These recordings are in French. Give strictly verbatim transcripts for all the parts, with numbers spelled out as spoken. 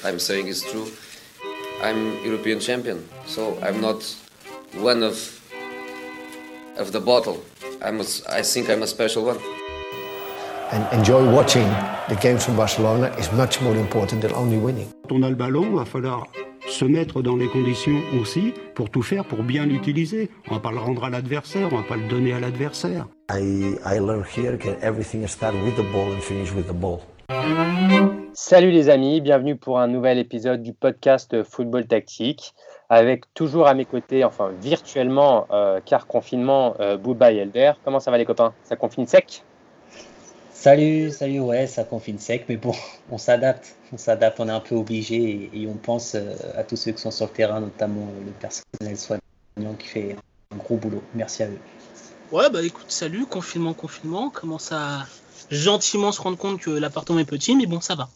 I'm saying is true. I'm European champion, so I'm not one of of the bottle. I'm a, I think I'm a special one. And enjoy watching the games from Barcelona is much more important than only winning. Quand on a le ballon, il va falloir se mettre dans les conditions aussi pour tout faire, pour bien l'utiliser. On va pas le rendre à l'adversaire, on va pas le donner à l'adversaire. I, I learned here that everything starts with the ball and finish with the ball. Salut les amis, bienvenue pour un nouvel épisode du podcast Football Tactique. Avec toujours à mes côtés, enfin virtuellement, euh, car confinement, euh, Bouba et Elder. Comment ça va les copains? Ça confine sec? Salut, salut, ouais, ça confine sec, mais bon, on s'adapte, on s'adapte, on est un peu obligé et, et on pense euh, à tous ceux qui sont sur le terrain, notamment le personnel soignant qui fait un gros boulot. Merci à eux. Ouais, bah écoute, salut, confinement, confinement, commence à gentiment se rendre compte que l'appartement est petit, mais bon, ça va.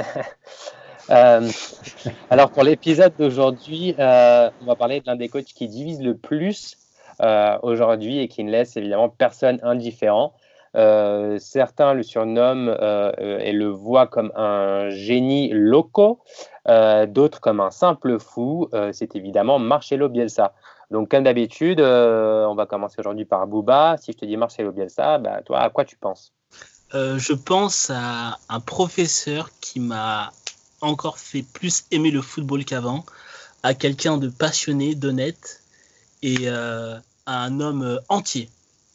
euh, alors pour l'épisode d'aujourd'hui, euh, on va parler de l'un des coachs qui divise le plus euh, aujourd'hui et qui ne laisse évidemment personne indifférent. Euh, certains le surnomment euh, et le voient comme un génie loco, euh, d'autres comme un simple fou. Euh, c'est évidemment Marcelo Bielsa. Donc comme d'habitude, euh, on va commencer aujourd'hui par Bouba. Si je te dis Marcelo Bielsa, bah, toi, à quoi tu penses? euh, Je pense à un professeur qui m'a encore fait plus aimer le football qu'avant, à quelqu'un de passionné, d'honnête et euh, à un homme entier.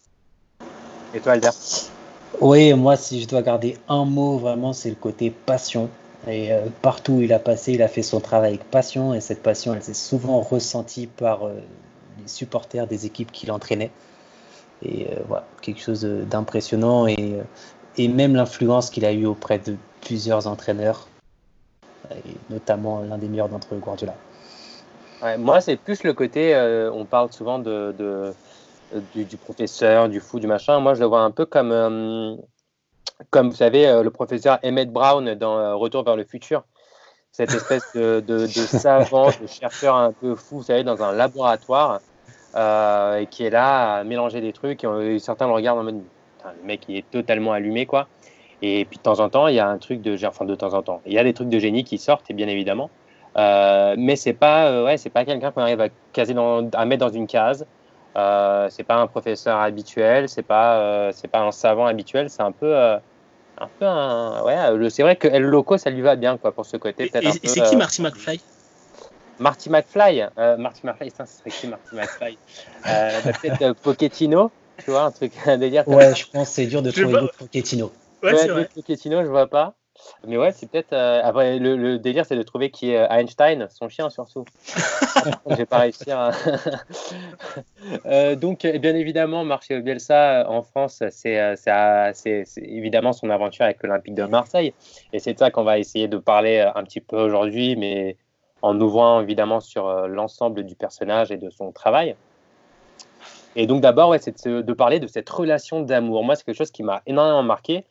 Et toi, Albert? Oui, moi, si je dois garder un mot, vraiment, c'est le côté passion. Et euh, partout où il a passé, il a fait son travail avec passion. Et cette passion, elle s'est souvent ressentie par euh, les supporters des équipes qu'il entraînait. Et euh, voilà, quelque chose d'impressionnant. Et, euh, et même l'influence qu'il a eue auprès de plusieurs entraîneurs, et notamment l'un des meilleurs d'entre eux, Guardiola. Ouais, moi, c'est plus le côté, euh, on parle souvent de... de... Du, du professeur, du fou, du machin. Moi, je le vois un peu comme, euh, comme vous savez, euh, le professeur Emmett Brown dans euh, Retour vers le futur. Cette espèce de, de, de savant, de chercheur un peu fou, vous savez, dans un laboratoire, euh, et qui est là à mélanger des trucs. Et, on, et certains le regardent en mode, le mec, il est totalement allumé, quoi. Et puis, de temps en temps, il y a un truc de... Enfin, de temps en temps, il y a des trucs de génie qui sortent, bien évidemment. Euh, mais c'est pas, euh, ouais, c'est pas quelqu'un qu'on arrive à, caser dans, à mettre dans une case. Euh, c'est pas un professeur habituel, c'est pas, euh, c'est pas un savant habituel, c'est un peu, euh, un peu un, ouais, le, c'est vrai que El Loco, ça lui va bien, quoi, pour ce côté. Et, peut-être et, un et peu, c'est qui euh, Marty McFly? Marty McFly, euh, Marty McFly, ça, ce serait qui Marty McFly? euh, bah, peut-être euh, Pochettino, tu vois, un truc, un délire. Ouais, ça. Je pense que c'est dur de je trouver vois... d'autres Pochettino. Ouais, ouais, c'est vrai. Pochettino, je vois pas. Mais ouais, c'est peut-être. Euh, après, le, le délire, c'est de trouver qui est Einstein, son chien surtout. Je vais pas réussir. À... euh, donc, bien évidemment, Marcelo Bielsa en France, c'est, c'est, c'est, c'est évidemment son aventure avec l'Olympique de Marseille. Et c'est de ça qu'on va essayer de parler un petit peu aujourd'hui, mais en ouvrant évidemment sur l'ensemble du personnage et de son travail. Et donc, d'abord, ouais, c'est de, de parler de cette relation d'amour. Moi, c'est quelque chose qui m'a énormément marqué.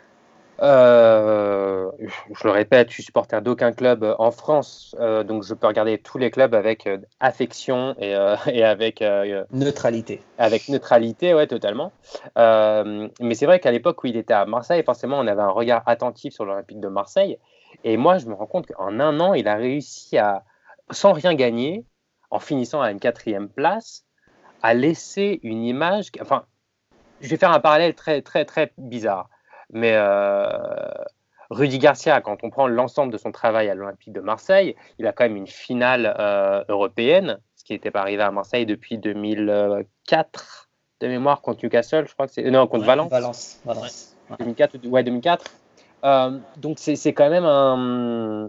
Euh, je le répète, je suis supporter d'aucun club en France, euh, donc je peux regarder tous les clubs avec euh, affection et, euh, et avec euh, neutralité. Avec neutralité, ouais, totalement. Euh, mais c'est vrai qu'à l'époque où il était à Marseille, forcément, on avait un regard attentif sur l'Olympique de Marseille. Et moi, je me rends compte qu'en un an, il a réussi à, sans rien gagner, en finissant à une quatrième place, à laisser une image. Enfin, je vais faire un parallèle très, très, très bizarre. Mais euh, Rudy Garcia, quand on prend l'ensemble de son travail à l'Olympique de Marseille, il a quand même une finale euh, européenne, ce qui n'était pas arrivé à Marseille depuis deux mille quatre, de mémoire, contre Newcastle, je crois que c'est... Non, contre ouais, Valence. Valence, Valence. Ouais. deux mille quatre, ouais, deux mille quatre. Euh, donc c'est, c'est quand même un...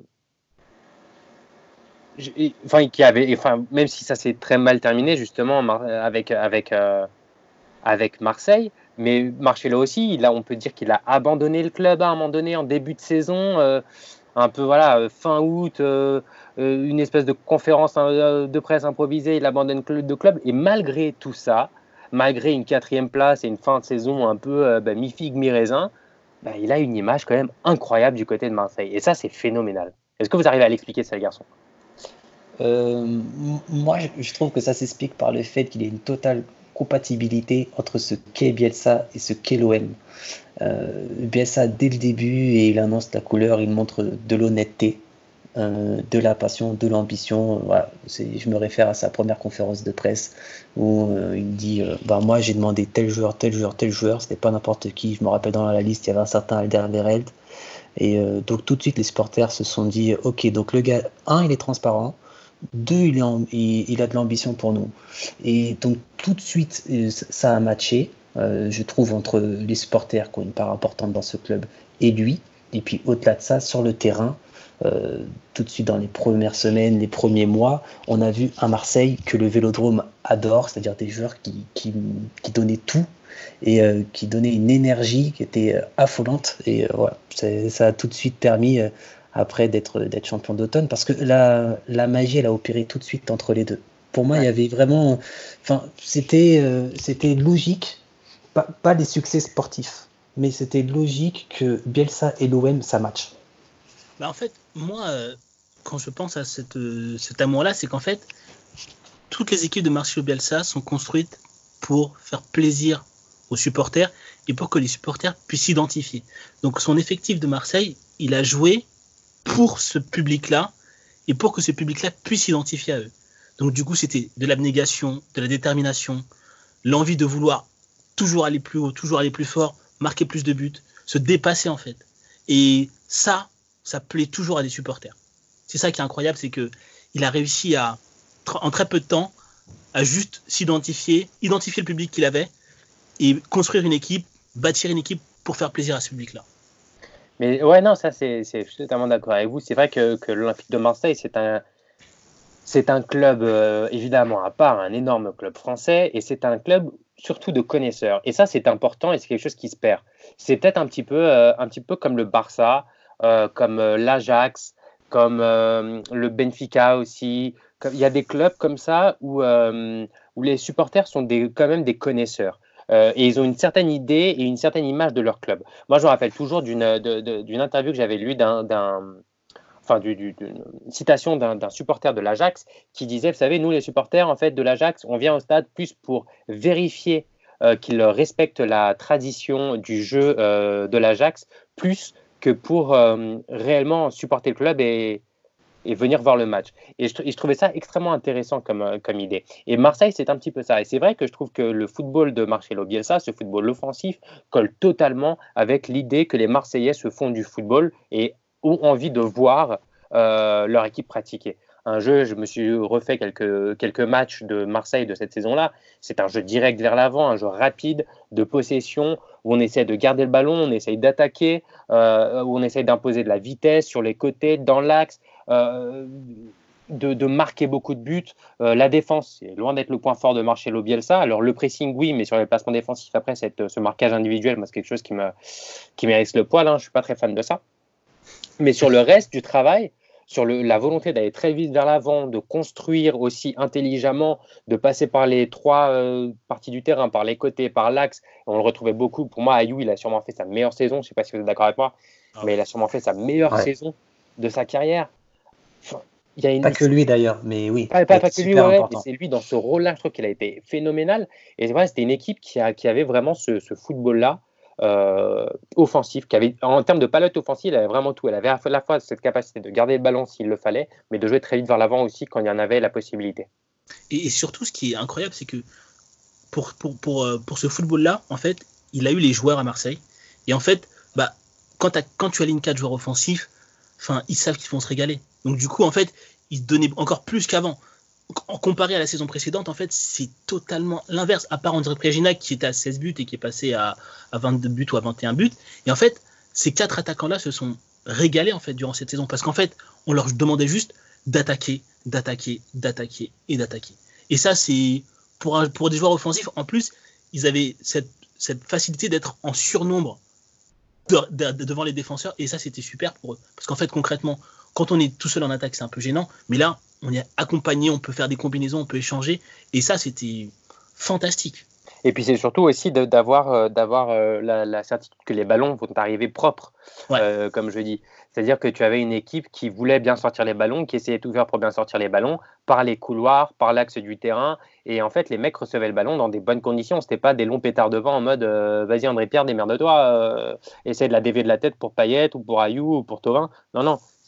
Enfin, qui avait... enfin, même si ça s'est très mal terminé, justement, avec, avec, euh, avec Marseille, mais Marcelo aussi, il a, on peut dire qu'il a abandonné le club à un moment donné en début de saison, euh, un peu voilà, fin août, euh, euh, une espèce de conférence euh, de presse improvisée, il abandonne le club. Et malgré tout ça, malgré une quatrième place et une fin de saison un peu euh, bah, mi-figue, mi-raisin, bah, il a une image quand même incroyable du côté de Marseille. Et ça, c'est phénoménal. Est-ce que vous arrivez à l'expliquer, ça, les garçons? euh, Moi, je trouve que ça s'explique par le fait qu'il y ait une totale compatibilité entre ce qu'est Bielsa et ce qu'est l'O M. Euh, Bielsa, dès le début, et il annonce la couleur, il montre de l'honnêteté. euh, de la passion, de l'ambition. Voilà, c'est, je me réfère à sa première conférence de presse où euh, il dit euh, bah, moi j'ai demandé tel joueur, tel joueur, tel joueur, c'était pas n'importe qui. Je me rappelle dans la liste, il y avait un certain Alderweireld. Et euh, donc tout de suite les supporters se sont dit ok, donc le gars, un, il est transparent, deux, il, est en, il, il a de l'ambition pour nous. Et donc tout de suite euh, ça a matché, euh, je trouve, entre les supporters qui ont une part importante dans ce club et lui. Et puis au-delà de ça, sur le terrain, euh, tout de suite dans les premières semaines, les premiers mois, on a vu un Marseille que le Vélodrome adore, c'est-à-dire des joueurs qui, qui, qui donnaient tout et euh, qui donnaient une énergie qui était euh, affolante. Et euh, voilà, c'est, ça a tout de suite permis euh, après d'être, d'être champion d'automne, parce que la, la magie, elle a opéré tout de suite entre les deux. Pour moi, il y avait vraiment... Enfin, c'était, euh, c'était logique, pas, pas les succès sportifs, mais c'était logique que Bielsa et l'O M, ça match. Bah en fait, moi, euh, quand je pense à cette, euh, cet amour-là, c'est qu'en fait, toutes les équipes de Marcelo Bielsa sont construites pour faire plaisir aux supporters et pour que les supporters puissent s'identifier. Donc son effectif de Marseille, il a joué pour ce public-là et pour que ce public-là puisse s'identifier à eux. Donc du coup, c'était de l'abnégation, de la détermination, l'envie de vouloir toujours aller plus haut, toujours aller plus fort, marquer plus de buts, se dépasser en fait. Et ça, ça plaît toujours à des supporters. C'est ça qui est incroyable, c'est que il a réussi à, en très peu de temps, à juste s'identifier, identifier le public qu'il avait et construire une équipe, bâtir une équipe pour faire plaisir à ce public-là. Mais ouais, non, ça, c'est, c'est, je suis totalement d'accord avec vous. C'est vrai que, que l'Olympique de Marseille, c'est un, c'est un club, euh, évidemment, à part, un énorme club français, et c'est un club surtout de connaisseurs. Et ça, c'est important et c'est quelque chose qui se perd. C'est peut-être un petit peu, euh, un petit peu comme le Barça, euh, comme euh, l'Ajax, comme euh, le Benfica aussi. Il y a des clubs comme ça où, euh, où les supporters sont des, quand même des connaisseurs. Euh, et ils ont une certaine idée et une certaine image de leur club. Moi, je me rappelle toujours d'une, de, de, d'une interview que j'avais lue d'un, d'un, enfin, du, du, d'une citation d'un, d'un supporter de l'Ajax qui disait, vous savez, nous, les supporters en fait, de l'Ajax, on vient au stade plus pour vérifier euh, qu'ils respectent la tradition du jeu euh, de l'Ajax, plus que pour euh, réellement supporter le club et, et venir voir le match. Et je, et je trouvais ça extrêmement intéressant comme, comme idée. Et Marseille, c'est un petit peu ça. Et c'est vrai que je trouve que le football de Marcelo Bielsa, ce football offensif, colle totalement avec l'idée que les Marseillais se font du football et ont envie de voir euh, leur équipe pratiquer. Un jeu, je me suis refait quelques, quelques matchs de Marseille de cette saison-là. C'est un jeu direct vers l'avant, un jeu rapide, de possession, où on essaie de garder le ballon, on essaie d'attaquer, euh, où on essaie d'imposer de la vitesse sur les côtés, dans l'axe, euh, de, de marquer beaucoup de buts. Euh, la défense, c'est loin d'être le point fort de Marcelo Bielsa. Alors le pressing, oui, mais sur les placements défensifs, après, cette, ce marquage individuel, moi, c'est quelque chose qui me, qui m'érisse le poil. Hein. Je ne suis pas très fan de ça. Mais sur le reste du travail, sur le, la volonté d'aller très vite vers l'avant, de construire aussi intelligemment, de passer par les trois euh, parties du terrain, par les côtés, par l'axe. On le retrouvait beaucoup. Pour moi, Ayou, il a sûrement fait sa meilleure saison. Je ne sais pas si vous êtes d'accord avec moi, ah, mais il a sûrement fait sa meilleure ouais. saison de sa carrière. Enfin, il y a une... Pas que lui d'ailleurs, mais oui. Pas, pas, pas que lui, ouais, mais c'est lui dans ce rôle-là. Je trouve qu'il a été phénoménal. Et c'est vrai, c'était une équipe qui, a, qui avait vraiment ce, ce football-là. Euh, offensif, qui avait, en termes de palette offensive, elle avait vraiment tout. Elle avait à la fois cette capacité de garder le ballon s'il le fallait, mais de jouer très vite vers l'avant aussi quand il y en avait la possibilité. Et, et surtout, ce qui est incroyable, c'est que pour, pour, pour, pour ce football-là, en fait, il a eu les joueurs à Marseille. Et en fait, bah, quand, quand tu alignes quatre joueurs offensifs, ils savent qu'ils vont se régaler. Donc du coup, en fait, ils se donnaient encore plus qu'avant. En comparé à la saison précédente, en fait, c'est totalement l'inverse. À part André Préginac qui était à seize buts et qui est passé à, à vingt-deux buts ou à vingt et un buts. Et en fait, ces quatre attaquants-là se sont régalés en fait durant cette saison parce qu'en fait, on leur demandait juste d'attaquer, d'attaquer, d'attaquer et d'attaquer. Et ça, c'est pour, un, pour des joueurs offensifs. En plus, ils avaient cette, cette facilité d'être en surnombre de, de, de, devant les défenseurs. Et ça, c'était super pour eux. Parce qu'en fait, concrètement, quand on est tout seul en attaque, c'est un peu gênant. Mais là, on est accompagné, on peut faire des combinaisons, on peut échanger. Et ça, c'était fantastique. Et puis, c'est surtout aussi de, d'avoir, euh, d'avoir euh, la, la certitude que les ballons vont arriver propres, ouais. euh, comme je dis. C'est-à-dire que tu avais une équipe qui voulait bien sortir les ballons, qui essayait de tout faire pour bien sortir les ballons, par les couloirs, par l'axe du terrain. Et en fait, les mecs recevaient le ballon dans des bonnes conditions. Ce n'était pas des longs pétards devant en mode euh, « Vas-y, André Pierre, démerde-toi, euh, essaie de la dévier de la tête pour Payet ou pour Ayou ou pour Thauvin. » Non, non.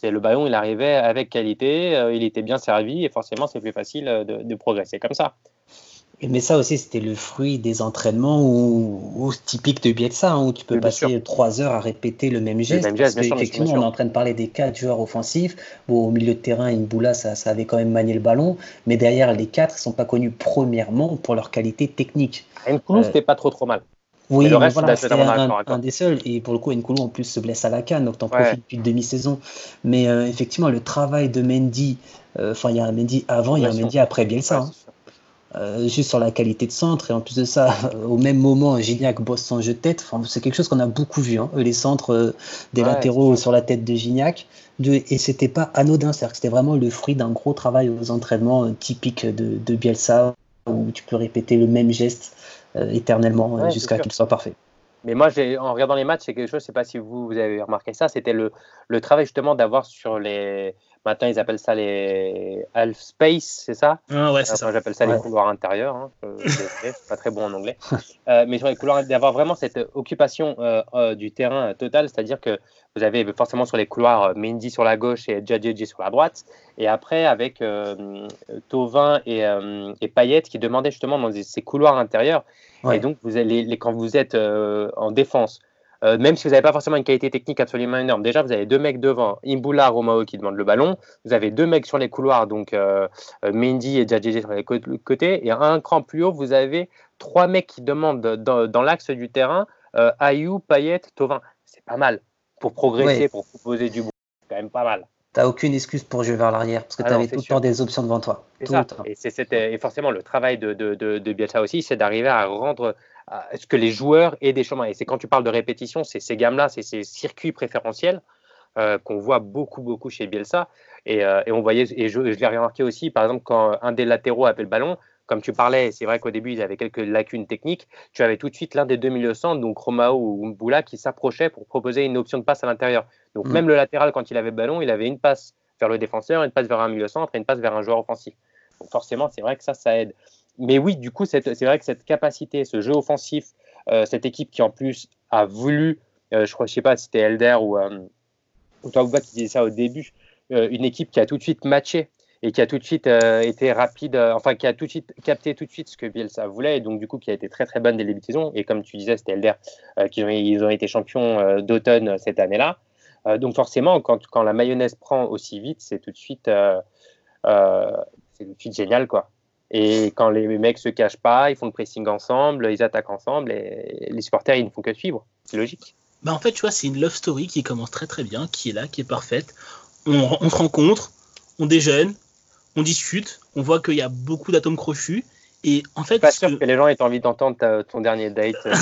C'est le ballon, il arrivait avec qualité, euh, il était bien servi et forcément c'est plus facile de, de progresser comme ça. Mais ça aussi, c'était le fruit des entraînements où, où typiques de Bielsa, hein, où tu peux Oui, bien passer sûr. trois heures à répéter le même geste. Le même geste, parce bien sûr, bien sûr, qu'effectivement, bien on est sûr. en train de parler des quatre joueurs offensifs. Bon, au milieu de terrain, Imboula, ça, ça avait quand même manié le ballon. Mais derrière, les quatre ne sont pas connus premièrement pour leur qualité technique. Nkoulou, Euh, c'était pas trop trop mal. Oui, Mais le mais reste, voilà, je suis c'était totalement un, d'accord avec un toi. des seuls. Et pour le coup, Nkoulou en plus se blesse à la canne, donc t'en Ouais. profites depuis demi-saison. Mais euh, effectivement, le travail de Mendy, euh, enfin, il y a un Mendy avant, il y a un Progression. Mendy après Bielsa. Ouais, hein. c'est sûr. Euh, juste sur la qualité de centre, et en plus de ça, au même moment, Gignac bosse son jeu de tête. Enfin, c'est quelque chose qu'on a beaucoup vu, hein, les centres euh, des Ouais, latéraux sur la tête de Gignac. De, et c'était pas anodin, c'est-à-dire que c'était vraiment le fruit d'un gros travail aux entraînements euh, typiques de, de Bielsa, où tu peux répéter le même geste euh, éternellement euh, Ouais, jusqu'à c'est sûr. qu'il soit parfait. Mais moi, j'ai, en regardant les matchs, c'est quelque chose, je ne sais pas si vous, vous avez remarqué ça, c'était le, le travail justement d'avoir sur les. Maintenant, ils appellent ça les half space, c'est ça? Ah ouais, c'est Euh, ça. Moi, j'appelle ça Ouais. les couloirs intérieurs. Hein. Euh, désolé, je suis pas très bon en anglais. Euh, mais sur les couloirs, d'avoir vraiment cette occupation euh, euh, du terrain euh, totale, c'est-à-dire que vous avez forcément sur les couloirs euh, Mendy sur la gauche et Djadjedji sur la droite, et après avec euh, Thauvin et, euh, et Payet qui demandaient justement dans ces couloirs intérieurs. Ouais. Et donc, vous allez, les, quand vous êtes euh, en défense, euh, même si vous n'avez pas forcément une qualité technique absolument énorme, déjà, vous avez deux mecs devant, Imboula, Romao qui demandent le ballon. Vous avez deux mecs sur les couloirs, donc euh, Mendy et Djadjedji sur les côtés. Et un cran plus haut, vous avez trois mecs qui demandent dans, dans l'axe du terrain, euh, Ayou, Payet, Thauvin. C'est pas mal. Pour progresser, Ouais. pour proposer du bon, c'est quand même pas mal. T'as aucune excuse pour jouer vers l'arrière, parce que Ah tu non, avais c'est tout le sûr. temps des options devant toi. C'est Tout ça. le temps. Et, c'est, c'était- et forcément, le travail de, de, de, de Bielsa aussi, c'est d'arriver à rendre à ce que les joueurs aient des chemins. Et c'est quand tu parles de répétition, c'est ces gammes-là, c'est ces circuits préférentiels euh, qu'on voit beaucoup, beaucoup chez Bielsa. Et, euh, et on voyait, et je, je l'ai remarqué aussi, par exemple, quand un des latéraux appelle le ballon, comme tu parlais, c'est vrai qu'au début, ils avaient quelques lacunes techniques. Tu avais tout de suite l'un des deux milieux centres, donc Romao ou Mboula, qui s'approchait pour proposer une option de passe à l'intérieur. Donc, Mm. même le latéral, quand il avait le ballon, il avait une passe vers le défenseur, une passe vers un milieu centre et une passe vers un joueur offensif. Donc, forcément, c'est vrai que ça, ça aide. Mais oui, du coup, c'est, c'est vrai que cette capacité, ce jeu offensif, euh, cette équipe qui en plus a voulu, euh, je crois, je sais pas si c'était Elder ou, euh, ou toi, Bouba, qui disait ça au début, euh, une équipe qui a tout de suite matché et qui a tout de suite euh, été rapide, euh, enfin qui a tout de suite capté tout de suite ce que Bielsa voulait, et donc du coup qui a été très très bonne dès le début de saison. Et comme tu disais, c'était Elder euh, qui ont, ils ont été champions euh, d'automne cette année-là. Euh, donc forcément, quand, quand la mayonnaise prend aussi vite, c'est tout de suite, euh, euh, c'est tout de suite génial, quoi. Et quand les mecs se cachent pas, ils font le pressing ensemble, ils attaquent ensemble, et les supporters ils ne font que suivre. C'est logique. Bah en fait, tu vois, c'est une love story qui commence très très bien, qui est là, qui est parfaite. On, on se rencontre, on déjeune, on discute, on voit qu'il y a beaucoup d'atomes crochus. Et en Je suis fait, pas ce sûr que- que les gens aient envie d'entendre ta- ton dernier date. euh,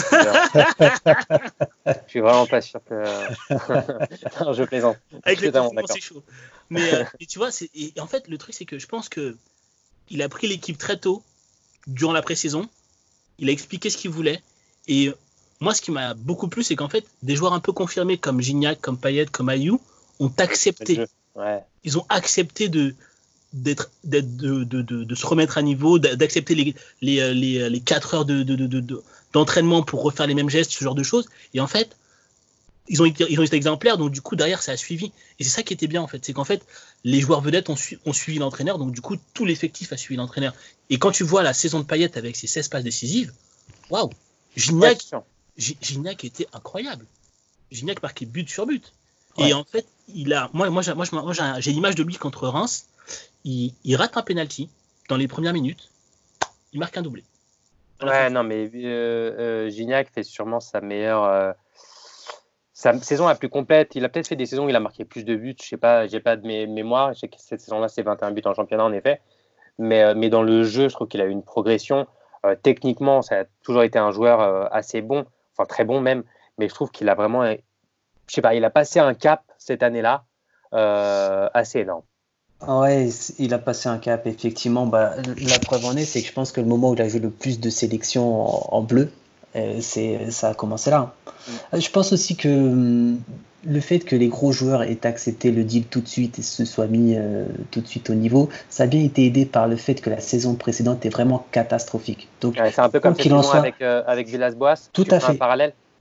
Je suis vraiment pas sûr que. Non, je plaisante. avec Je suis les totalement confinements, d'accord. c'est chaud. Mais, euh, mais tu vois, c'est, et en fait, le truc, c'est que je pense que il a pris l'équipe très tôt, durant la pré-saison. Il a expliqué ce qu'il voulait. Et moi, ce qui m'a beaucoup plu, c'est qu'en fait, des joueurs un peu confirmés comme Gignac, comme Payet, comme Ayou, ont accepté. Le jeu. Ouais. Ils ont accepté de, d'être, d'être, de, de, de, de se remettre à niveau, d'a- d'accepter les, les, les, les quatre heures de, de, de, de, de- d'entraînement pour refaire les mêmes gestes, ce genre de choses. Et en fait, ils ont été, ils ont été exemplaires, donc du coup, derrière, ça a suivi. Et c'est ça qui était bien, en fait. C'est qu'en fait, les joueurs vedettes ont, su- ont suivi l'entraîneur, donc du coup, tout l'effectif a suivi l'entraîneur. Et quand tu vois la saison de Payet avec ses seize passes décisives, waouh! Ouais, Gignac, c'est sûr. Gi- Gignac était incroyable. Gignac marquait but sur but. Ouais. Et en fait, il a, moi, moi, j'ai, moi, je- moi, j'ai, j'ai l'image de lui contre Reims. Il, il rate un penalty dans les premières minutes. Il marque un doublé. À la Ouais, fin. non, mais euh, euh, Gignac fait sûrement sa meilleure. euh, sa saison la plus complète. Il a peut-être fait des saisons où il a marqué plus de buts. Je sais pas, j'ai pas de mé- mémoire. Je sais que cette saison-là, c'est vingt et un buts en championnat, en effet. Mais, euh, mais dans le jeu, je trouve qu'il a eu une progression. Euh, techniquement, ça a toujours été un joueur euh, assez bon, enfin très bon même. Mais je trouve qu'il a vraiment, euh, je sais pas, il a passé un cap cette année-là euh, assez énorme. Ah ouais, c- il a passé un cap, effectivement. Bah, la preuve en est, c'est que je pense que le moment où il a joué le plus de sélections en, en bleu, euh, c'est, ça a commencé là. Euh, Je pense aussi que hum, le fait que les gros joueurs aient accepté le deal tout de suite et se soient mis euh, tout de suite au niveau, ça a bien été aidé par le fait que la saison précédente est vraiment catastrophique. Donc, Ouais, c'est un peu Quoi comme cette qu'il en saison soit- avec, euh, avec Villas-Boas. Tout Tu à prends un fait. parallèle.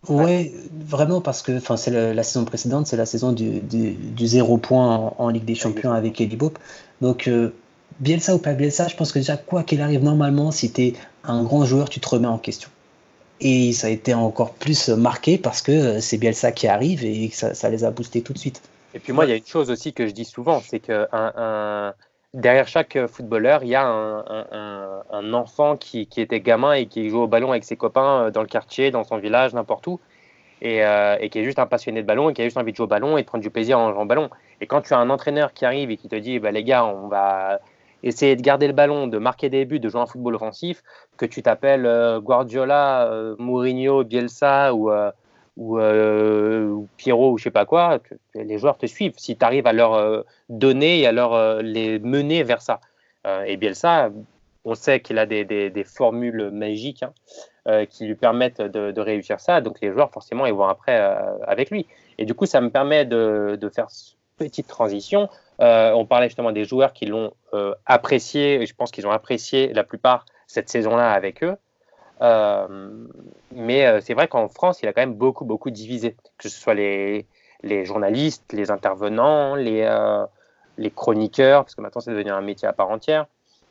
Ouais, vraiment, parce que enfin, c'est le- la saison précédente, c'est la saison du, du, du zéro point en, en Ligue des Champions avec Eddie Bopp. Donc, euh, Bielsa ou pas Bielsa, je pense que déjà, quoi qu'il arrive, normalement, si tu es un grand joueur, tu te remets en question. Et ça a été encore plus marqué parce que euh, c'est Bielsa qui arrive et que ça, ça les a boostés tout de suite. Et puis moi, il y a une chose aussi que je dis souvent, c'est que un, un- derrière chaque footballeur, il y a un, un- un- un enfant qui, qui était gamin et qui joue au ballon avec ses copains euh, dans le quartier, dans son village, n'importe où, et, euh, et qui est juste un passionné de ballon et qui a juste envie de jouer au ballon et de prendre du plaisir en jouant au ballon. Et quand tu as un entraîneur qui arrive et qui te dit, bah, les gars, on va essayer de garder le ballon, de marquer des buts, de jouer un football offensif, que tu t'appelles euh, Guardiola, euh, Mourinho, Bielsa ou, euh, ou, euh, ou Pierrot ou je sais pas quoi, tu- les joueurs te suivent si tu arrives à leur euh, donner et à leur euh, les mener vers ça. Euh, et Bielsa, on sait qu'il a des, des, des formules magiques, hein, euh, qui lui permettent de, de réussir ça. Donc les joueurs, forcément, ils vont après euh, avec lui. Et du coup, ça me permet de, de faire cette petite transition. Euh, on parlait justement des joueurs qui l'ont euh, apprécié. Je pense qu'ils ont apprécié la plupart cette saison-là avec eux. Euh, mais euh, c'est vrai qu'en France, il a quand même beaucoup, beaucoup divisé. Que ce soit les, les journalistes, les intervenants, les, euh, les chroniqueurs, parce que maintenant, c'est devenu un métier à part entière.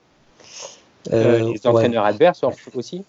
Euh, Euh, les ouais. entraîneurs adverses aussi.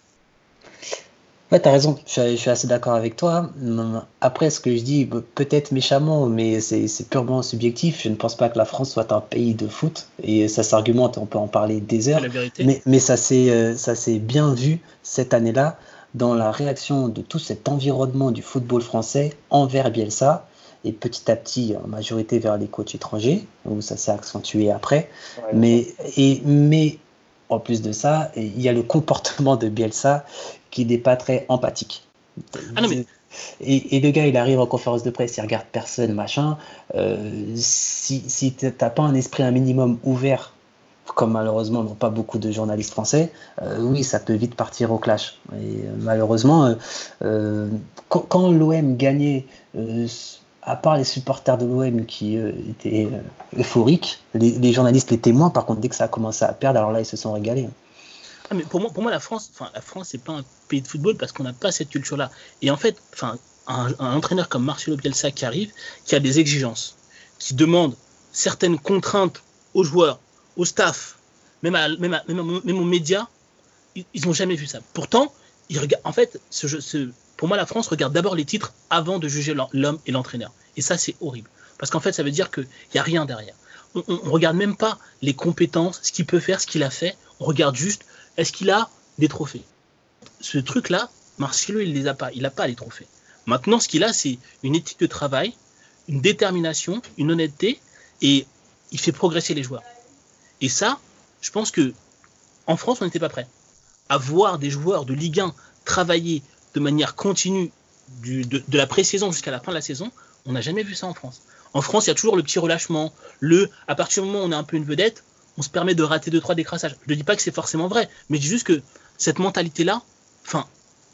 Ouais, t'as raison, je suis, je suis assez d'accord avec toi. Hum, Après, ce que je dis, be- peut-être méchamment, mais c'est c'est purement subjectif. Je ne pense pas que la France soit un pays de foot, et ça s'argumente, on peut en parler des C'est heures, la vérité. mais, mais ça s'est euh, ça s'est bien vu cette année-là dans la réaction de tout cet environnement du football français envers Bielsa, et petit à petit, en majorité vers les coachs étrangers, où ça s'est accentué après. Ouais, Mais, et, mais en plus de ça, il y a le comportement de Bielsa qui n'est pas très empathique. Ah non, mais Et, et le gars, il arrive en conférence de presse, il regarde personne, machin. Euh, si si t'as pas un esprit un minimum ouvert, comme malheureusement n'ont pas beaucoup de journalistes français, euh, oui, ça peut vite partir au clash. Et euh, malheureusement, euh, euh, quand, quand l'O M gagnait, euh, à part les supporters de l'O M qui euh, étaient euh, euphoriques, les, les journalistes l'étaient moins. Par contre, dès que ça a commencé à perdre, alors là, ils se sont régalés. Ah, mais pour moi, pour moi, la France, enfin, la France, c'est pas un pays de football parce qu'on n'a pas cette culture-là. Et en fait, enfin, un, un entraîneur comme Marcelo Bielsa qui arrive, qui a des exigences, qui demande certaines contraintes aux joueurs, au staff, même, à, même, à, même, même aux médias, ils n'ont jamais vu ça. Pourtant, ils regardent, en fait, ce jeu, ce, pour moi, la France regarde d'abord les titres avant de juger l'homme et l'entraîneur. Et ça, c'est horrible. Parce qu'en fait, ça veut dire qu'il n'y a rien derrière. On ne regarde même pas les compétences, ce qu'il peut faire, ce qu'il a fait. On regarde juste, est-ce qu'il a des trophées? Ce truc-là, Marcelo, il ne les a pas. Il n'a pas les trophées. Maintenant, ce qu'il a, c'est une éthique de travail, une détermination, une honnêteté, et il fait progresser les joueurs. Et ça, je pense que en France, on n'était pas prêt. À voir des joueurs de Ligue un travailler de manière continue du, de, de la pré-saison jusqu'à la fin de la saison, on n'a jamais vu ça en France. En France, il y a toujours le petit relâchement. Le, à partir du moment où on est un peu une vedette, on se permet de rater deux trois décrassages. Je ne dis pas que c'est forcément vrai, mais je dis juste que cette mentalité-là, enfin,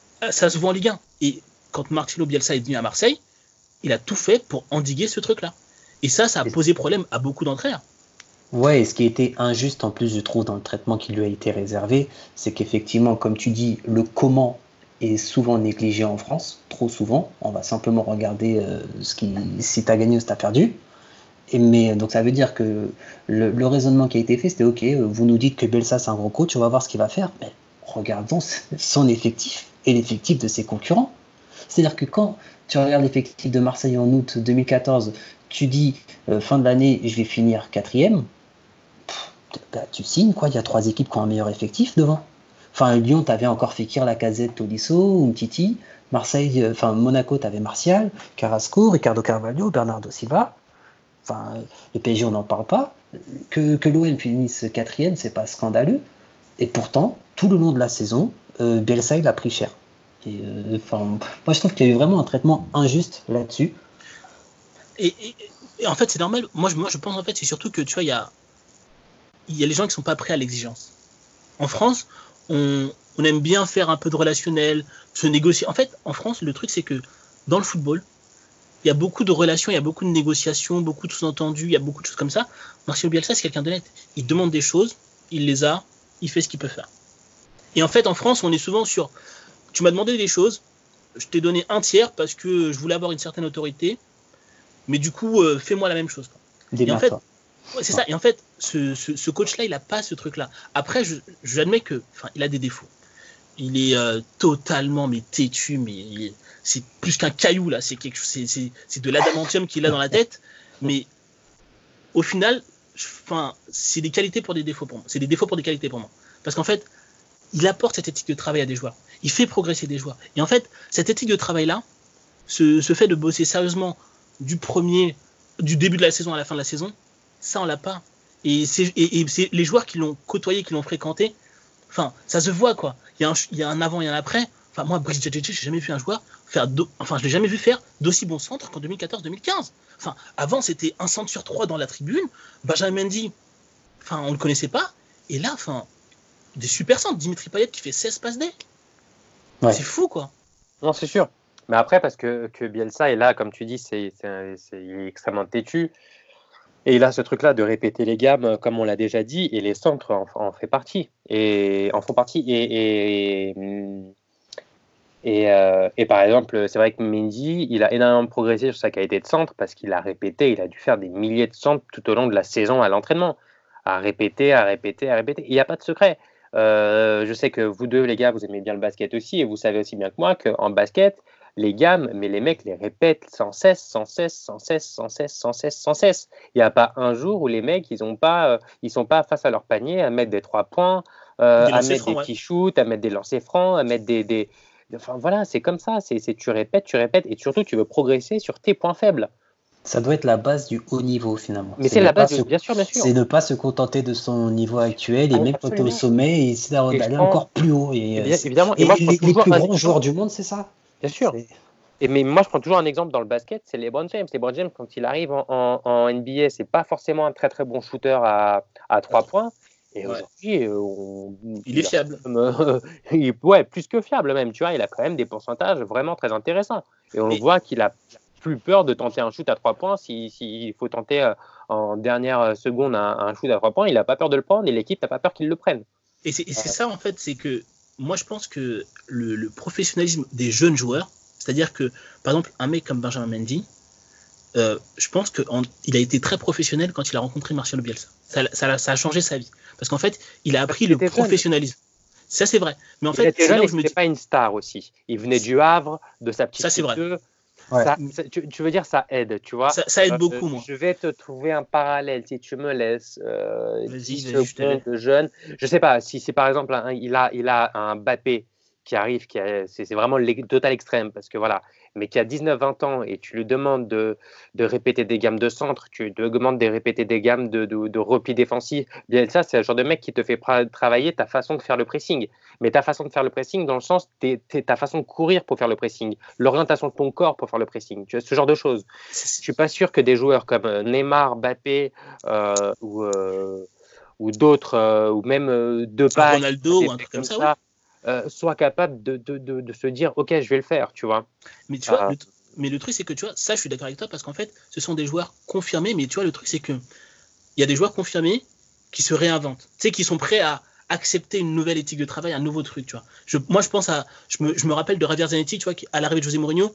ça se voit en Ligue un. Et quand Marcelo Bielsa est venu à Marseille, il a tout fait pour endiguer ce truc-là. Et ça, ça a posé problème à beaucoup d'entraîneurs. Ouais, et ce qui a été injuste en plus, je trouve, dans le traitement qui lui a été réservé, c'est qu'effectivement, comme tu dis, le comment est souvent négligé en France, trop souvent. On va simplement regarder euh, ce qui, si tu as gagné ou si tu as perdu. Et mais, donc ça veut dire que le, le raisonnement qui a été fait, c'était ok, vous nous dites que Bielsa c'est un gros coach, on va voir ce qu'il va faire. Mais regardons son effectif et l'effectif de ses concurrents. C'est-à-dire que quand tu regardes l'effectif de Marseille en août deux mille quatorze, tu dis euh, fin de l'année, je vais finir quatrième. Bah, tu signes quoi, il y a trois équipes qui ont un meilleur effectif devant. Enfin, Lyon, tu avais encore Fekir, Lacazette, Tolisso, Umtiti. Marseille, euh, enfin Monaco, tu avais Martial, Carrasco, Ricardo Carvalho, Bernardo Silva. Enfin, le P S G, on n'en parle pas. Que, que l'O M finisse quatrième, c'est pas scandaleux. Et pourtant, tout le long de la saison, euh, Bielsa, il a pris cher. Et, euh, enfin, moi, je trouve qu'il y a eu vraiment un traitement injuste là-dessus. Et, et, et en fait, c'est normal. Moi, je, moi, je pense en fait, c'est surtout que tu vois, il y a, il y a les gens qui sont pas prêts à l'exigence. En France, on, on aime bien faire un peu de relationnel, se négocier. En fait, en France, le truc, c'est que dans le football, il y a beaucoup de relations, il y a beaucoup de négociations, beaucoup de sous-entendus, il y a beaucoup de choses comme ça. Marcelo Bielsa, c'est quelqu'un d'honnête. Il demande des choses, il les a, il fait ce qu'il peut faire. Et en fait, en France, on est souvent sur... Tu m'as demandé des choses, je t'ai donné un tiers parce que je voulais avoir une certaine autorité, mais du coup, euh, fais-moi la même chose. Quoi. Et en fait, ouais, c'est ouais. ça. Et en fait, ce, ce, ce coach-là, il n'a pas ce truc-là. Après, je, j'admets que, enfin, il a des défauts. Il est euh, totalement mais têtu, mais il, c'est plus qu'un caillou là. C'est quelque, c'est, c'est, c'est de l'adamantium qu'il a dans la tête. Mais au final, enfin, c'est des qualités pour des défauts pour moi. C'est des défauts pour des qualités pour moi. Parce qu'en fait, il apporte cette éthique de travail à des joueurs. Il fait progresser des joueurs. Et en fait, cette éthique de travail-là, ce, ce fait de bosser sérieusement du premier, du début de la saison à la fin de la saison, ça on l'a pas. Et c'est, et, et c'est les joueurs qui l'ont côtoyé, qui l'ont fréquenté. Enfin, ça se voit quoi. Il y a un, il y a un avant et un après. Enfin, moi, Brice Djadjedji, j'ai jamais vu un joueur faire, do... enfin, je l'ai jamais vu faire d'aussi bons centres qu'en deux mille quatorze deux mille quinze. Enfin, avant, c'était un centre sur trois dans la tribune. Benjamin Mendy, enfin, on le connaissait pas. Et là, enfin, des super centres. Dimitri Payet qui fait seize passes D. Ouais. C'est fou, quoi. Non, c'est sûr. Mais après, parce que, que Bielsa est là, comme tu dis, c'est, c'est, c'est il est extrêmement têtu. Et il a ce truc-là de répéter les gammes, comme on l'a déjà dit, et les centres en, en, fait partie, et, en font partie. Et, et, et, euh, et par exemple, c'est vrai que Mendy, il a énormément progressé sur sa qualité de centre parce qu'il a répété, il a dû faire des milliers de centres tout au long de la saison à l'entraînement. À répéter, à répéter, à répéter. Il n'y a pas de secret. Euh, je sais que vous deux, les gars, vous aimez bien le basket aussi, et vous savez aussi bien que moi qu'en basket, les gammes, mais les mecs les répètent sans cesse, sans cesse, sans cesse, sans cesse, sans cesse, sans cesse. Il n'y a pas un jour où les mecs, ils ont pas, euh, ils sont pas face à leur panier à mettre des trois points, euh, à mettre francs, des ouais. petits shoots, à mettre des lancers francs, à mettre des, des... Enfin voilà, c'est comme ça. C'est, c'est tu répètes, tu répètes, et surtout tu veux progresser sur tes points faibles. Ça doit être la base du haut niveau finalement. Mais c'est, c'est la base, de... se... bien sûr, bien sûr. C'est ne pas se contenter de son niveau actuel et ah, même quand tu es au sommet, et essayer d'aller pense... encore plus haut. Et, et évidemment. Et, et moi, les, les plus grands joueurs du monde, c'est ça. Bien sûr. C'est... Et mais moi, je prends toujours un exemple dans le basket, c'est LeBron James. LeBron James, quand il arrive en, en, en N B A, c'est pas forcément un très très bon shooter à, à trois points. Et ouais. aujourd'hui, on, il, il est fiable. Euh, il, ouais, plus que fiable même. Tu vois, il a quand même des pourcentages vraiment très intéressants. Et on mais... voit qu'il a plus peur de tenter un shoot à trois points. S'il si, si faut tenter euh, en dernière seconde un, un shoot à trois points, il n'a pas peur de le prendre et l'équipe n'a pas peur qu'il le prenne. Et c'est, et c'est ça en fait, c'est que moi je pense que le, le professionnalisme des jeunes joueurs. C'est-à-dire que, par exemple, un mec comme Benjamin Mendy, euh, je pense qu'il a été très professionnel quand il a rencontré Marcelo Bielsa. Ça, ça, ça a changé sa vie. Parce qu'en fait, il a appris le professionnalisme. Jeune. Ça, c'est vrai. Mais en il fait, était jeune et c'était dis... pas une star aussi. Il venait du Havre, de sa petite ça, c'est vrai. Ouais. Ça, ça, tu, tu veux dire, ça aide, tu vois. Ça, ça aide euh, beaucoup, moi. Je vais te trouver un parallèle, si tu me laisses. Euh, vas-y, dix vas-y, secondes de jeune. Je sais pas, si c'est par exemple, un, il, a, il a un Mbappé qui arrive, qui a, c'est, c'est vraiment le total extrême, parce que voilà, mais qui a dix-neuf vingt ans et tu lui demandes de, de répéter des gammes de centre, tu lui demandes de répéter des gammes de, de, de repli défensif, bien ça, c'est le genre de mec qui te fait pra- travailler ta façon de faire le pressing. Mais ta façon de faire le pressing, dans le sens, t'es, t'es, ta façon de courir pour faire le pressing, l'orientation de ton corps pour faire le pressing, tu vois, ce genre de choses. Je suis pas sûr que des joueurs comme Neymar, Mbappé euh, ou, euh, ou d'autres, euh, ou même euh, Depay, Ronaldo ou un truc comme ça, ça Euh, soit capable de, de, de, de se dire ok je vais le faire, tu vois. Mais tu vois, euh... le, t- mais le truc c'est que tu vois, ça je suis d'accord avec toi parce qu'en fait ce sont des joueurs confirmés, mais tu vois le truc c'est que il y a des joueurs confirmés qui se réinventent, tu sais, qui sont prêts à accepter une nouvelle éthique de travail, un nouveau truc, tu vois. Je, moi je pense à, je me, je me rappelle de Javier Zanetti, tu vois, qui, à l'arrivée de José Mourinho,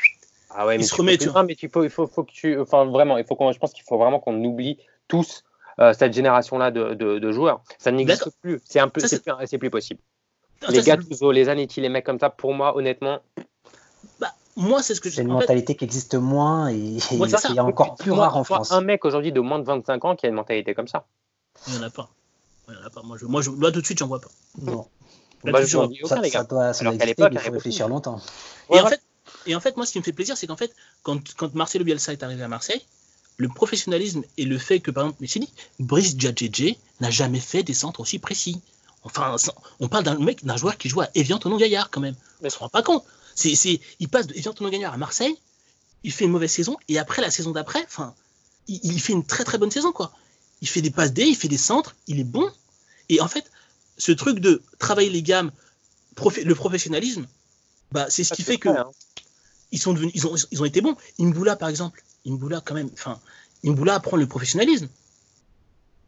ah ouais, il mais se remet, tu vois. Non, mais tu faut, il faut, faut que tu, enfin vraiment, il faut qu'on, je pense qu'il faut vraiment qu'on oublie tous euh, cette génération-là de, de, de joueurs. Ça n'existe D'accord. plus. C'est un peu, ça, c'est, c'est, plus, c'est plus possible. Non, les Gattuso, les Zanetti, les mecs comme ça, pour moi, honnêtement. Bah, moi, c'est ce que c'est je... une en mentalité fait... qui existe moins et, moi, et c'est encore plus rare en moi, France. Un mec aujourd'hui de moins de vingt-cinq ans qui a une mentalité comme ça. Il n'y en a pas. Il y en a pas. Moi, je, moi je, là, tout de suite, j'en vois pas. Non. Là, bah, je vois aucun, ça, les gars. Ça doit, ça doit exister, l'époque, il faut réfléchir longtemps. Et, ouais, en fait, et en fait, moi, ce qui me fait plaisir, c'est qu'en fait, quand, quand Marcelo Bielsa est arrivé à Marseille, le professionnalisme et le fait que, par exemple, mais c'est dit, Brice Djadjedji n'a jamais fait des centres aussi précis. Enfin, on parle d'un mec, d'un joueur qui joue à Évian-Tonon-Gaillard quand même. Mais on se rend pas compte. C'est, c'est, il passe de Évian-Tonon-Gaillard à Marseille, il fait une mauvaise saison, et après la saison d'après, enfin, il, il fait une très très bonne saison, quoi. Il fait des passes D, il fait des centres, il est bon. Et en fait, ce truc de travailler les gammes, prof, le professionnalisme, bah, c'est ce ça qui fait que vrai, hein. ils sont devenus, ils ont, ils ont été bons. Imboula, par exemple, Imboula quand même, enfin, Imboula apprend le professionnalisme.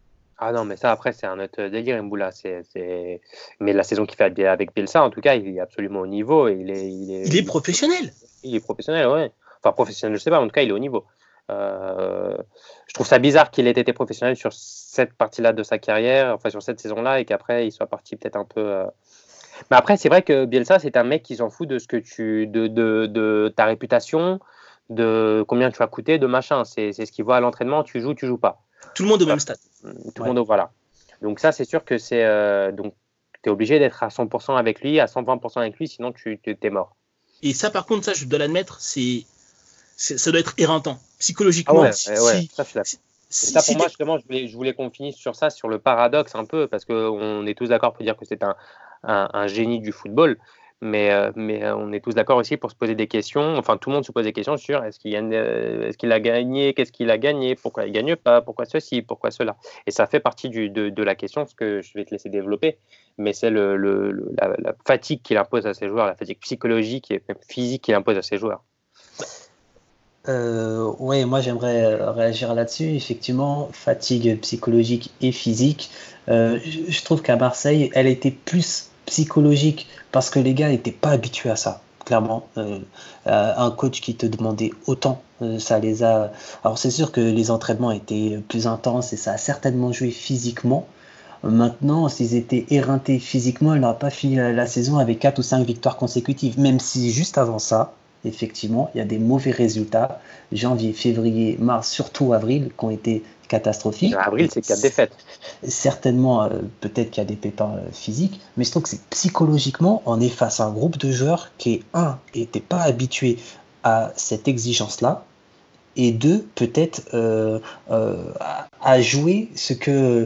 Ah non, mais ça, après, c'est un autre délire, Mboula. C'est, c'est... Mais la saison qu'il fait avec Bielsa, en tout cas, il est absolument au niveau. Et il, est, il, est, il est professionnel. Il est professionnel, ouais. Enfin, professionnel, je sais pas, mais en tout cas, il est au niveau. Euh, je trouve ça bizarre qu'il ait été professionnel sur cette partie-là de sa carrière, enfin, sur cette saison-là, et qu'après, il soit parti peut-être un peu... Euh... Mais après, c'est vrai que Bielsa, c'est un mec qui s'en fout de, ce que tu... de, de, de ta réputation, de combien tu vas coûter, de machin. C'est, c'est ce qu'il voit à l'entraînement, tu joues, tu joues pas. Tout le monde au même stade. Tout le ouais. monde, voilà. Donc ça, c'est sûr que c'est... Euh, donc, tu es obligé d'être à cent pour cent avec lui, à cent vingt pour cent avec lui, sinon tu es mort. Et ça, par contre, ça, je dois l'admettre, c'est, c'est ça doit être éreintant. Psychologiquement. Ah ouais, si, ouais, ouais, si, ça, je suis d'accord. Si, ça, pour si moi, justement, je voulais, je voulais qu'on finisse sur ça, sur le paradoxe un peu, parce qu'on est tous d'accord pour dire que c'est un, un, un génie du football, mais, euh, mais on est tous d'accord aussi pour se poser des questions, enfin tout le monde se pose des questions sur est-ce qu'il, y a une, euh, est-ce qu'il a gagné, qu'est-ce qu'il a gagné, pourquoi il ne gagne pas, pourquoi ceci, pourquoi cela. Et ça fait partie du, de, de la question, ce que je vais te laisser développer, mais c'est le, le, le, la, la fatigue qu'il impose à ses joueurs, la fatigue psychologique et même physique qu'il impose à ses joueurs. Euh, oui, moi j'aimerais réagir là-dessus. Effectivement, fatigue psychologique et physique. Euh, je, je trouve qu'à Marseille, elle était plus psychologique parce que les gars n'étaient pas habitués à ça. Clairement, euh, un coach qui te demandait autant, euh, ça les a. Alors c'est sûr que les entraînements étaient plus intenses et ça a certainement joué physiquement. Maintenant, s'ils étaient éreintés physiquement, ils n'auraient pas fini la, la saison avec quatre ou cinq victoires consécutives. Même si juste avant ça, effectivement, il y a des mauvais résultats. Janvier, février, mars, surtout avril, qui ont été catastrophiques. Avril, c'est quatre défaites. Certainement, euh, peut-être qu'il y a des pépins euh, physiques, mais je trouve que c'est psychologiquement, on est face à un groupe de joueurs qui, un, n'était pas habitué à cette exigence-là, et deux, peut-être euh, euh, à, à jouer ce que,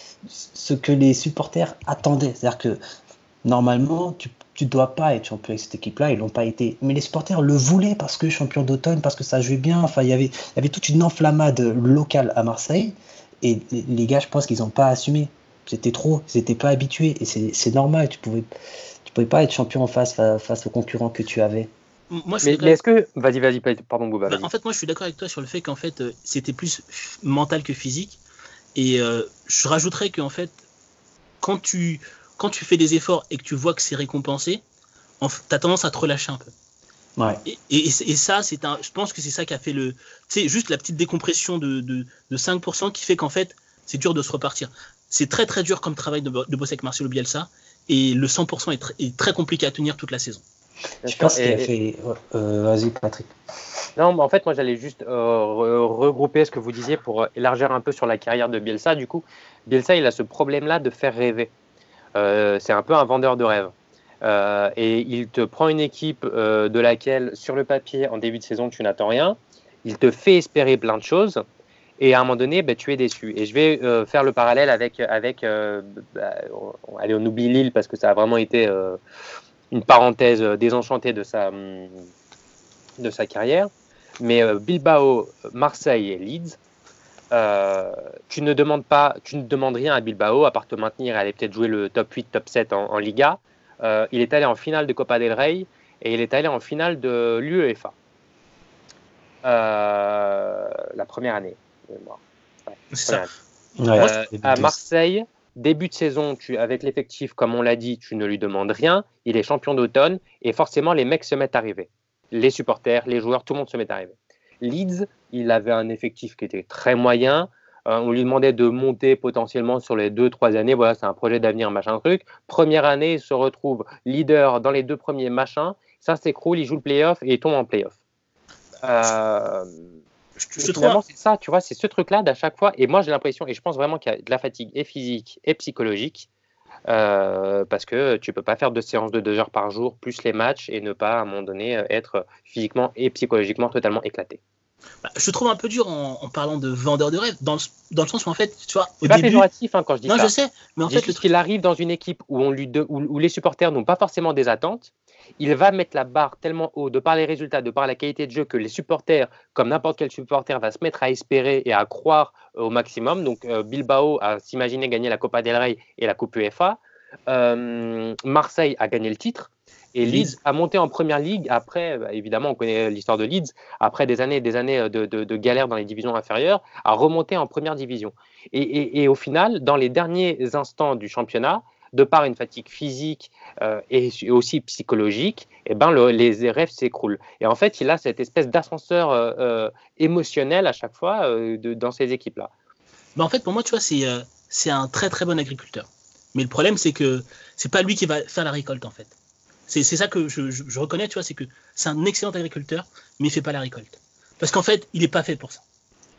ce que les supporters attendaient. C'est-à-dire que normalement, tu tu ne dois pas être champion avec cette équipe-là, ils l'ont pas été. Mais les supporters le voulaient parce que champion d'automne, parce que ça jouait bien. Enfin, il y avait, il y avait toute une enflammade locale à Marseille. Et les gars, je pense qu'ils n'ont pas assumé. C'était trop, ils n'étaient pas habitués. Et c'est, c'est normal, tu ne pouvais, tu pouvais pas être champion en face, face aux concurrents que tu avais. Moi, je mais, mais est-ce que... Vas-y, vas-y, pardon, Bouba. Bah, en fait, moi, je suis d'accord avec toi sur le fait qu'en fait, euh, c'était plus mental que physique. Et euh, je rajouterais qu'en fait, quand tu... quand tu fais des efforts et que tu vois que c'est récompensé, tu as tendance à te relâcher un peu. Ouais. Et, et, et ça, c'est un, je pense que c'est ça qui a fait le... C'est juste la petite décompression de, de, de cinq pour cent qui fait qu'en fait, c'est dur de se repartir. C'est très très dur comme travail de, de bosser avec Marcelo Bielsa, et le cent pour cent est, tr- est très compliqué à tenir toute la saison. Je pense qu'il a fait... Euh, vas-y, Patrick. Non, mais en fait, moi, j'allais juste euh, re- regrouper ce que vous disiez pour élargir un peu sur la carrière de Bielsa. Du coup, Bielsa, il a ce problème-là de faire rêver. Euh, c'est un peu un vendeur de rêve. Euh, et il te prend une équipe euh, de laquelle, sur le papier, en début de saison, tu n'attends rien. Il te fait espérer plein de choses. Et à un moment donné, bah, tu es déçu. Et je vais euh, faire le parallèle avec... avec euh, bah, on, allez, on oublie Lille parce que ça a vraiment été euh, une parenthèse désenchantée de sa, de sa carrière. Mais euh, Bilbao, Marseille et Leeds, Euh, tu ne demandes pas, tu ne demandes rien à Bilbao à part te maintenir et aller peut-être jouer le top huit, top sept en, en Liga. Euh, il est allé en finale de Copa del Rey et il est allé en finale de l'UEFA euh, la première année. Ouais, c'est ça. Année. Euh, à Marseille, début de saison, tu, avec l'effectif, comme on l'a dit, tu ne lui demandes rien. Il est champion d'automne et forcément les mecs se mettent à arriver. Les supporters, les joueurs, tout le monde se met à arriver. Leeds, il avait un effectif qui était très moyen. Euh, on lui demandait de monter potentiellement sur les deux, trois années. Voilà, c'est un projet d'avenir, machin truc. Première année, il se retrouve leader dans les deux premiers machins. Ça s'écroule, il joue le play-off et il tombe en play-off. Euh, je te finalement, trouve... c'est ça, tu vois, c'est ce truc-là d'à chaque fois. Et moi, j'ai l'impression, et je pense vraiment qu'il y a de la fatigue et physique et psychologique. Euh, parce que tu ne peux pas faire deux séances de deux heures par jour, plus les matchs, et ne pas, à un moment donné, être physiquement et psychologiquement totalement éclaté. Bah, je trouve un peu dur en, en parlant de vendeur de rêve, dans le, dans le sens où, en fait, tu vois, au au pas début... péjoratif hein, quand je dis non, ça. Non, je sais, mais en je fait... Le truc... qu'il arrive dans une équipe où, on lui de... où, où les supporters n'ont pas forcément des attentes, il va mettre la barre tellement haut, de par les résultats, de par la qualité de jeu, que les supporters, comme n'importe quel supporter, va se mettre à espérer et à croire au maximum. Donc, euh, Bilbao a s'imaginer gagner la Copa del Rey et la Coupe UEFA. Euh, Marseille a gagné le titre Et Leeds a monté en première ligue après, bah, évidemment, on connaît l'histoire de Leeds, après des années et des années de, de, de galère dans les divisions inférieures, a remonté en première division. Et, et, et au final, dans les derniers instants du championnat, de par une fatigue physique euh, et aussi psychologique, eh ben, le, les rêves s'écroulent. Et en fait, il a cette espèce d'ascenseur euh, euh, émotionnel à chaque fois euh, de, dans ces équipes-là. Bah en fait, pour moi, tu vois, c'est, euh, c'est un très très bon agriculteur. Mais le problème, c'est que c'est pas lui qui va faire la récolte, en fait. C'est, c'est ça que je, je, je reconnais, tu vois, c'est que c'est un excellent agriculteur, mais il fait pas la récolte. Parce qu'en fait, il est pas fait pour ça.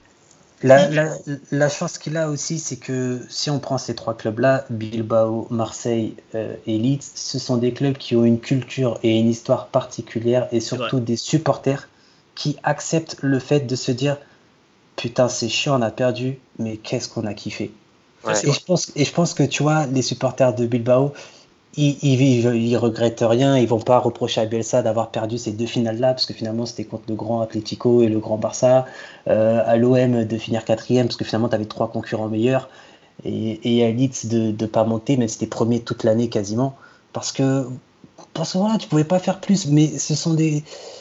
La, la, la chance qu'il a aussi, c'est que si on prend ces trois clubs-là, Bilbao, Marseille euh, et Leeds, ce sont des clubs qui ont une culture et une histoire particulière et surtout des supporters qui acceptent le fait de se dire « Putain, c'est chiant, on a perdu, mais qu'est-ce qu'on a kiffé ». Ouais. Et, je pense, et je pense que, tu vois, les supporters de Bilbao, ils, ils, ils, ils regrettent rien, ils vont pas reprocher à Bielsa d'avoir perdu ces deux finales-là, parce que finalement c'était contre le grand Atlético et le grand Barça, euh, à l'O M de finir quatrième, parce que finalement tu avais trois concurrents meilleurs, et, et à Leeds de ne pas monter, même si c'était premier toute l'année quasiment, parce que, parce que voilà, tu pouvais pas faire plus, mais ce sont des,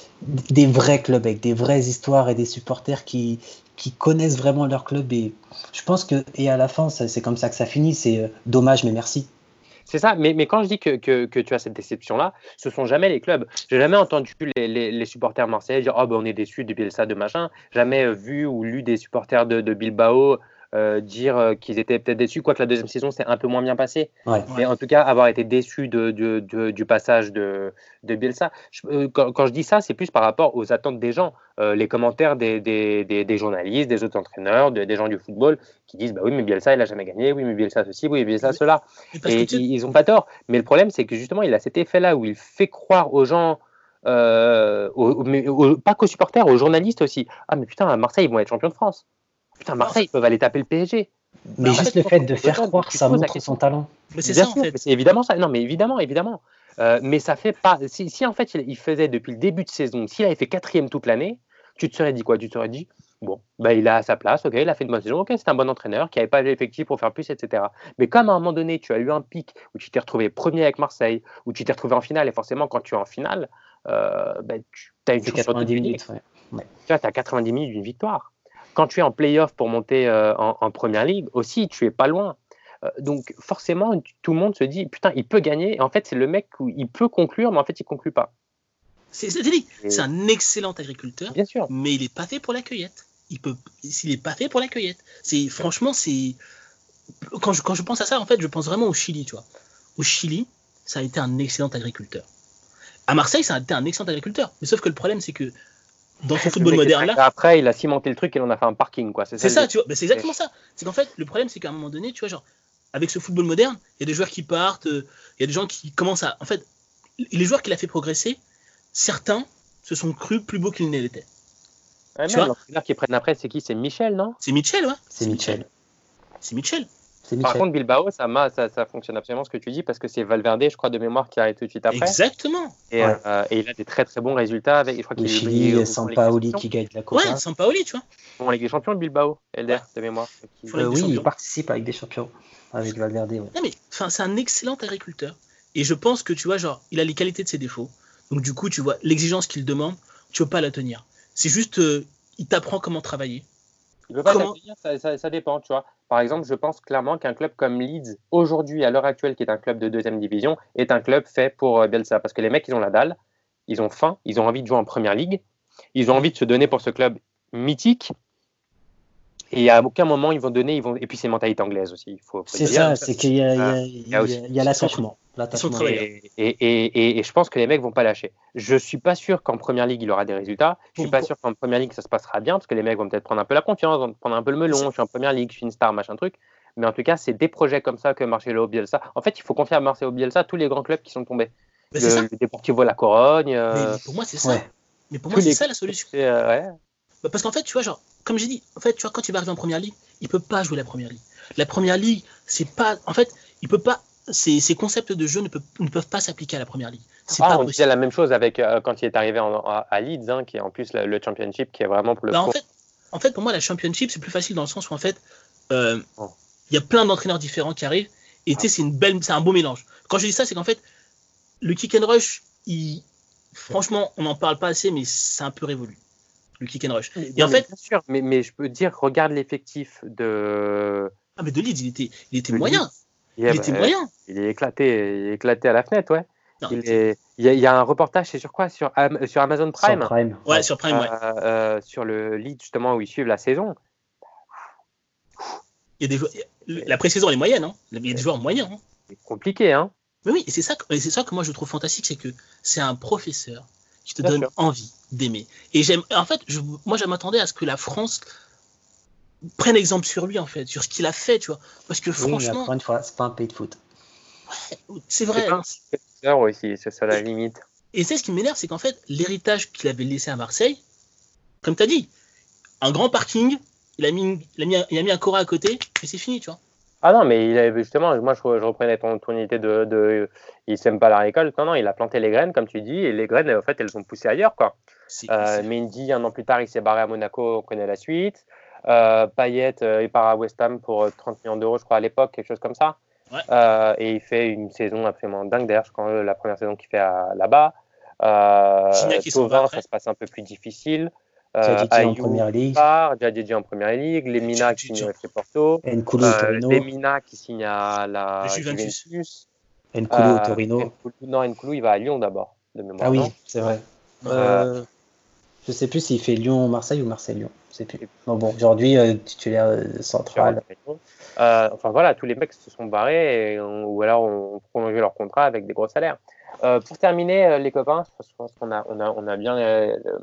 des vrais clubs avec des vraies histoires et des supporters qui, qui connaissent vraiment leur club, et je pense que, et à la fin, ça, c'est comme ça que ça finit, c'est euh, dommage mais merci. C'est ça, mais, mais quand je dis que, que, que tu as cette déception-là, ce ne sont jamais les clubs. J'ai jamais entendu les, les, les supporters marseillais dire « Oh, ben on est déçus de Bielsa, de machin ». Jamais euh, vu ou lu des supporters de, de Bilbao euh, dire euh, qu'ils étaient peut-être déçus, quoique la deuxième saison s'est un peu moins bien passée. Ouais. Mais en tout cas, avoir été déçus de, de, de, du passage de, de Bielsa. Je, euh, quand, quand je dis ça, c'est plus par rapport aux attentes des gens. Euh, les commentaires des, des, des, des journalistes, des autres entraîneurs, de, des gens du football qui disent bah oui mais Bielsa il a jamais gagné, oui mais Bielsa ceci, oui mais Bielsa cela. Et tu... ils ont pas tort. Mais le problème c'est que justement il a cet effet là où il fait croire aux gens, euh, aux, mais aux, pas qu'aux supporters, aux journalistes aussi. Ah mais putain à Marseille ils vont être champions de France. Putain Marseille ils peuvent aller taper le P S G. Mais, mais juste le fait de faire croire ça montre son talent. Mais c'est Bien ça sûr, en fait. C'est évidemment ça. Non mais évidemment évidemment. Euh, mais ça fait pas. Si, si en fait il, il faisait depuis le début de saison, s'il avait fait quatrième toute l'année. Tu te serais dit quoi? Tu te serais dit, bon, bah, il a sa place, ok, il a fait une bonne saison, ok, c'est un bon entraîneur qui n'avait pas l'effectif pour faire plus, et cetera. Mais comme à un moment donné, tu as eu un pic où tu t'es retrouvé premier avec Marseille, où tu t'es retrouvé en finale, et forcément, quand tu es en finale, euh, bah, tu as une chance quatre-vingt-dix minutes. Ouais. Ouais. Tu vois, tu as quatre-vingt-dix minutes d'une victoire. Quand tu es en play-off pour monter euh, en, en première ligue, aussi, tu es pas loin. Euh, donc, forcément, tout le monde se dit, putain, il peut gagner. Et en fait, c'est le mec où il peut conclure, mais en fait, il conclut pas. C'est, c'est, dit, c'est un excellent agriculteur, bien sûr. Mais il n'est pas fait pour la cueillette. Il peut, s'il n'est pas fait pour la cueillette. C'est, franchement, c'est... Quand je, quand je pense à ça, en fait, je pense vraiment au Chili, tu vois. Au Chili, ça a été un excellent agriculteur. À Marseille, ça a été un excellent agriculteur. Mais sauf que le problème, c'est que dans ce football moderne-là... Après, il a cimenté le truc et on a fait un parking, quoi. C'est, c'est ça, ça tu vois. Mais c'est exactement ça. C'est qu'en fait, le problème, c'est qu'à un moment donné, tu vois, genre, avec ce football moderne, il y a des joueurs qui partent, il euh, y a des gens qui commencent à... En fait, les joueurs qu'il a fait progresser, certains se sont crus plus beaux qu'ils ne l'étaient. Ouais, tu vois, l'entraîneur qui prennent après, c'est qui? C'est Michel, non? C'est Michel, ouais. C'est, c'est Michel. Michel. C'est Michel. C'est Par Michel. contre, Bilbao, ça, ça, ça fonctionne absolument ce que tu dis parce que c'est Valverde, je crois, de mémoire, qui arrive tout de suite après. Exactement. Et, ouais. euh, et il a des très très bons résultats avec. Je crois le qu'il Chili, Sampaoli qui gagne la Copa. Ouais, Sampaoli, tu vois. Bon, Ligue des Champions de Bilbao, Elder, ouais. de mémoire. Qui... Euh, oui, il participe avec des champions, avec Valverde. Ouais. Non mais, enfin, c'est un excellent agriculteur. Et je pense que tu vois, genre, il a les qualités de ses défauts. Donc du coup, tu vois, l'exigence qu'il demande, tu peux pas la tenir. C'est juste, euh, il t'apprend comment travailler. Il peut pas comment... la tenir, ça, ça, ça dépend, tu vois. Par exemple, je pense clairement qu'un club comme Leeds, aujourd'hui, à l'heure actuelle, qui est un club de deuxième division, est un club fait pour euh, Bielsa. Parce que les mecs, ils ont la dalle, ils ont faim, ils ont envie de jouer en première ligue, ils ont envie de se donner pour ce club mythique. Et à aucun moment, ils vont donner, ils vont... et puis c'est mentalité anglaise aussi. Il faut, faut c'est ça, dire. C'est qu'il y a, il y a, il y a, il y a l'attachement. l'attachement. Et, et, et, et je pense que les mecs vont pas lâcher. Je suis pas sûr qu'en première ligue, il aura des résultats. Je suis pas sûr qu'en première ligue, ça se passera bien, parce que les mecs vont peut-être prendre un peu la confiance, vont prendre un peu le melon. Je suis en première ligue, je suis une star, machin truc. Mais en tout cas, c'est des projets comme ça que Marcelo Bielsa. En fait, il faut confier à Marcelo Bielsa tous les grands clubs qui sont tombés. Mais le, le Deportivo La Corogne. Euh... Mais pour moi, c'est ça. Ouais. Mais pour moi, c'est ça la solution. Euh, ouais. Bah parce qu'en fait, tu vois, genre, comme j'ai dit, en fait, tu vois, quand il va arriver en première ligue, il peut pas jouer la première ligue. La première ligue, c'est pas, en fait, il peut pas. Ces, ces concepts de jeu ne peuvent, ne peuvent pas s'appliquer à la première ligue. C'est ah, pas on possible. disait la même chose avec euh, quand il est arrivé en, à, à Leeds, hein, qui est en plus la, le championship, qui est vraiment pour le. Bah, en fait, en fait, pour moi, la championship, c'est plus facile dans le sens où en fait, il euh, oh. y a plein d'entraîneurs différents qui arrivent et tu sais, ah. c'est une belle, c'est un beau mélange. Quand je dis ça, c'est qu'en fait, le kick and rush il, franchement, on n'en parle pas assez, mais c'est un peu révolu, le kick and rush. Et non, en fait, bien sûr, mais, mais je peux dire, regarde l'effectif de. Ah, mais de Leeds, il était, il était moyen. Yeah, il bah, était moyen. Il est éclaté, il est éclaté à la fenêtre, ouais. Non, il, est... il, y a, il y a un reportage, c'est sur quoi sur, Am... sur Amazon Prime. Sur Prime. Ouais, ouais, sur Prime, ouais. Euh, euh, sur le Leeds, justement, où ils suivent la saison. Il y a des joueurs... La pré-saison, elle est moyenne, hein. Il y a des joueurs moyens. Hein. C'est compliqué, hein. Mais oui, et c'est ça, que... et c'est ça que moi je trouve fantastique, c'est que c'est un professeur qui te Bien donne sûr. envie d'aimer. Et j'aime, en fait, je... moi je m'attendais à ce que la France prenne exemple sur lui, en fait, sur ce qu'il a fait, tu vois. Parce que Oui, mais franchement, encore une fois, c'est pas un pays de foot. c'est vrai. C'est pas un professeur aussi, c'est ça la limite. Et c'est ce qui m'énerve, c'est qu'en fait, l'héritage qu'il avait laissé à Marseille, comme tu as dit, un grand parking, il a mis, une- il a mis, un, il a mis un Cora à côté, et c'est fini, tu vois. Ah non, mais il avait justement, moi je, je reprenais ton, ton idée de, de il sème pas la récolte. Non, non, il a planté les graines, comme tu dis, et les graines, en fait, elles ont poussé ailleurs, quoi. C'est, Euh, c'est- Mendy, un an plus tard, il s'est barré à Monaco, on connaît la suite. Euh, Payet, euh, il part à West Ham pour euh, trente millions d'euros, je crois, à l'époque, quelque chose comme ça. Ouais. Euh, et il fait une saison absolument dingue, d'ailleurs, je crois, euh, la première saison qu'il fait à- là-bas. Euh, Gignac qui s'en va Thauvin, après. ça se passe un peu plus difficile. Euh, Djadidji en Ayew Première Ligue. part, Djadidji en Première Ligue, Lemina qui Djadidji. signe avec Porto. N'Koulou au Euh, Torino. Lemina qui signe à la Le Juventus. Juventus. N'Koulou Euh, au Torino. N'Koulou- non, N'Koulou, il va à Lyon d'abord, de mémoire. Ah oui, non c'est vrai. Euh, Euh, je sais plus s'il fait Lyon-Marseille ou Marseille-Lyon. Je sais plus. Bon, bon aujourd'hui, euh, titulaire euh, central. Euh, enfin voilà, tous les mecs se sont barrés et on- ou alors ont prolongé leur contrat avec des gros salaires. Euh, pour terminer, euh, les copains, je pense qu'on a, on a, on a bien euh, euh,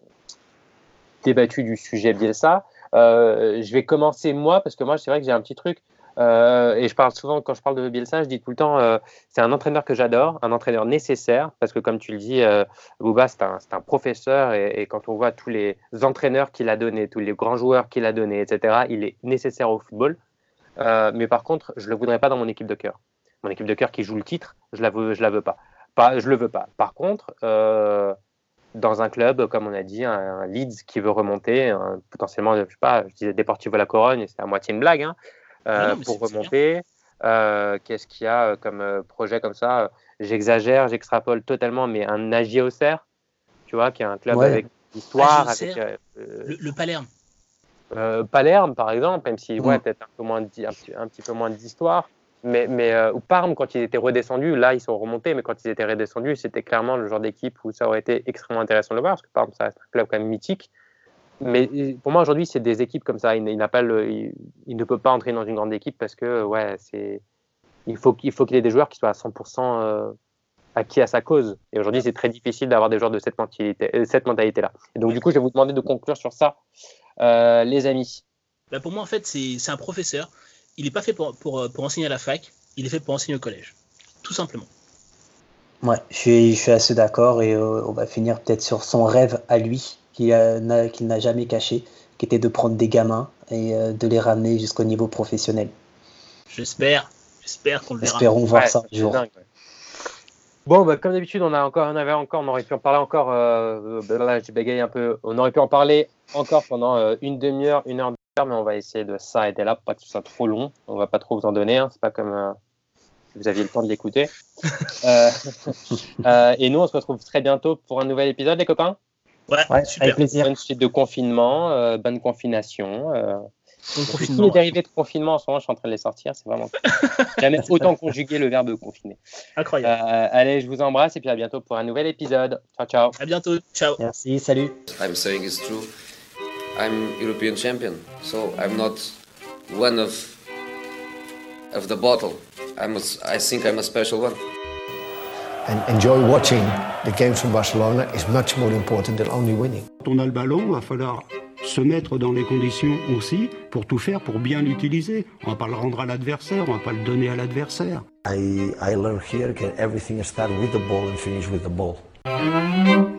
débattu du sujet Bielsa. Euh, je vais commencer moi parce que moi, c'est vrai que j'ai un petit truc. Euh, et je parle souvent, quand je parle de Bielsa, je dis tout le temps, euh, c'est un entraîneur que j'adore, un entraîneur nécessaire, parce que comme tu le dis, euh, Bouba, c'est un, c'est un professeur, et, et quand on voit tous les entraîneurs qu'il a donnés, tous les grands joueurs qu'il a donnés, et cetera, il est nécessaire au football. Euh, mais par contre, je ne le voudrais pas dans mon équipe de cœur. Mon équipe de cœur qui joue le titre, je la veux, je la veux pas. Pas, je le veux pas. Par contre, euh, dans un club, comme on a dit, un, un Leeds qui veut remonter, un, potentiellement, je sais pas, je disais Deportivo La Corogne, c'est à moitié une blague, hein, euh, non, mais pour c'est- c'est remonter. Euh, qu'est-ce qu'il y a euh, comme euh, projet comme ça? J'exagère, j'extrapole totalement, mais un Agier Auxerre, tu vois, qui est un club Ouais. avec l'histoire, Agier avec Auxerre. euh, Le, le Palerme. euh, Palerme, par exemple, même si, Mm. ouais, peut-être un peu moins de- un, petit, un petit peu moins d'histoire. Mais, mais euh, ou Parme, quand ils étaient redescendus, là, ils sont remontés, mais quand ils étaient redescendus, c'était clairement le genre d'équipe où ça aurait été extrêmement intéressant de le voir, parce que Parme, ça reste un club quand même mythique. Mais pour moi, aujourd'hui, c'est des équipes comme ça. Il, il n'a pas le, il, il ne peut pas entrer dans une grande équipe parce que, ouais, c'est, il faut qu'il faut qu'il ait des joueurs qui soient à cent pour cent euh, acquis à sa cause. Et aujourd'hui, c'est très difficile d'avoir des joueurs de cette mentalité, euh, cette mentalité-là. Et donc, du coup, je vais vous demander de conclure sur ça, euh, les amis. Bah, pour moi, en fait, c'est, c'est un professeur. Il n'est pas fait pour, pour, pour enseigner à la fac, il est fait pour enseigner au collège. Tout simplement. Ouais, je suis, je suis assez d'accord et euh, on va finir peut-être sur son rêve à lui qu'il a- n'a, qu'il n'a jamais caché, qui était de prendre des gamins et euh, de les ramener jusqu'au niveau professionnel. J'espère, j'espère qu'on le verra. Espérons voir Ouais, ça un c'est jour. dingue, ouais. Bon, bah, comme d'habitude, on a encore, on avait encore, on aurait pu en parler encore. Euh, là, je bégaye un peu. On aurait pu en parler encore pendant euh, une demi-heure, une heure, deux heures, mais on va essayer de s'arrêter là pour pas que ce soit trop long. On va pas trop vous en donner. Hein. C'est pas comme euh, si vous aviez le temps de l'écouter. euh, euh, et nous, on se retrouve très bientôt pour un nouvel épisode, les copains. Ouais, Ouais, super. avec plaisir. Bonne suite de confinement, euh, bonne confination. Euh, Bon tous confinement, les ouais. dérivés de confinement, en ce moment, je suis en train de les sortir. C'est vraiment cool. Jamais autant conjugué le verbe confiner. Incroyable. Euh, allez, je vous embrasse et puis à bientôt pour un nouvel épisode. Ciao, ciao. À bientôt. Ciao. Merci, salut. I'm saying is true. I'm European champion, so I'm not one of of the bottle. I'm a, I think I'm a special one. And enjoy watching the games from Barcelona is much more important than only winning. Quand on a le ballon, il va falloir se mettre dans les conditions aussi pour tout faire, pour bien l'utiliser. On va pas le rendre à l'adversaire, on va pas le donner à l'adversaire. I, I learned here that everything starts with the ball and finish with the ball.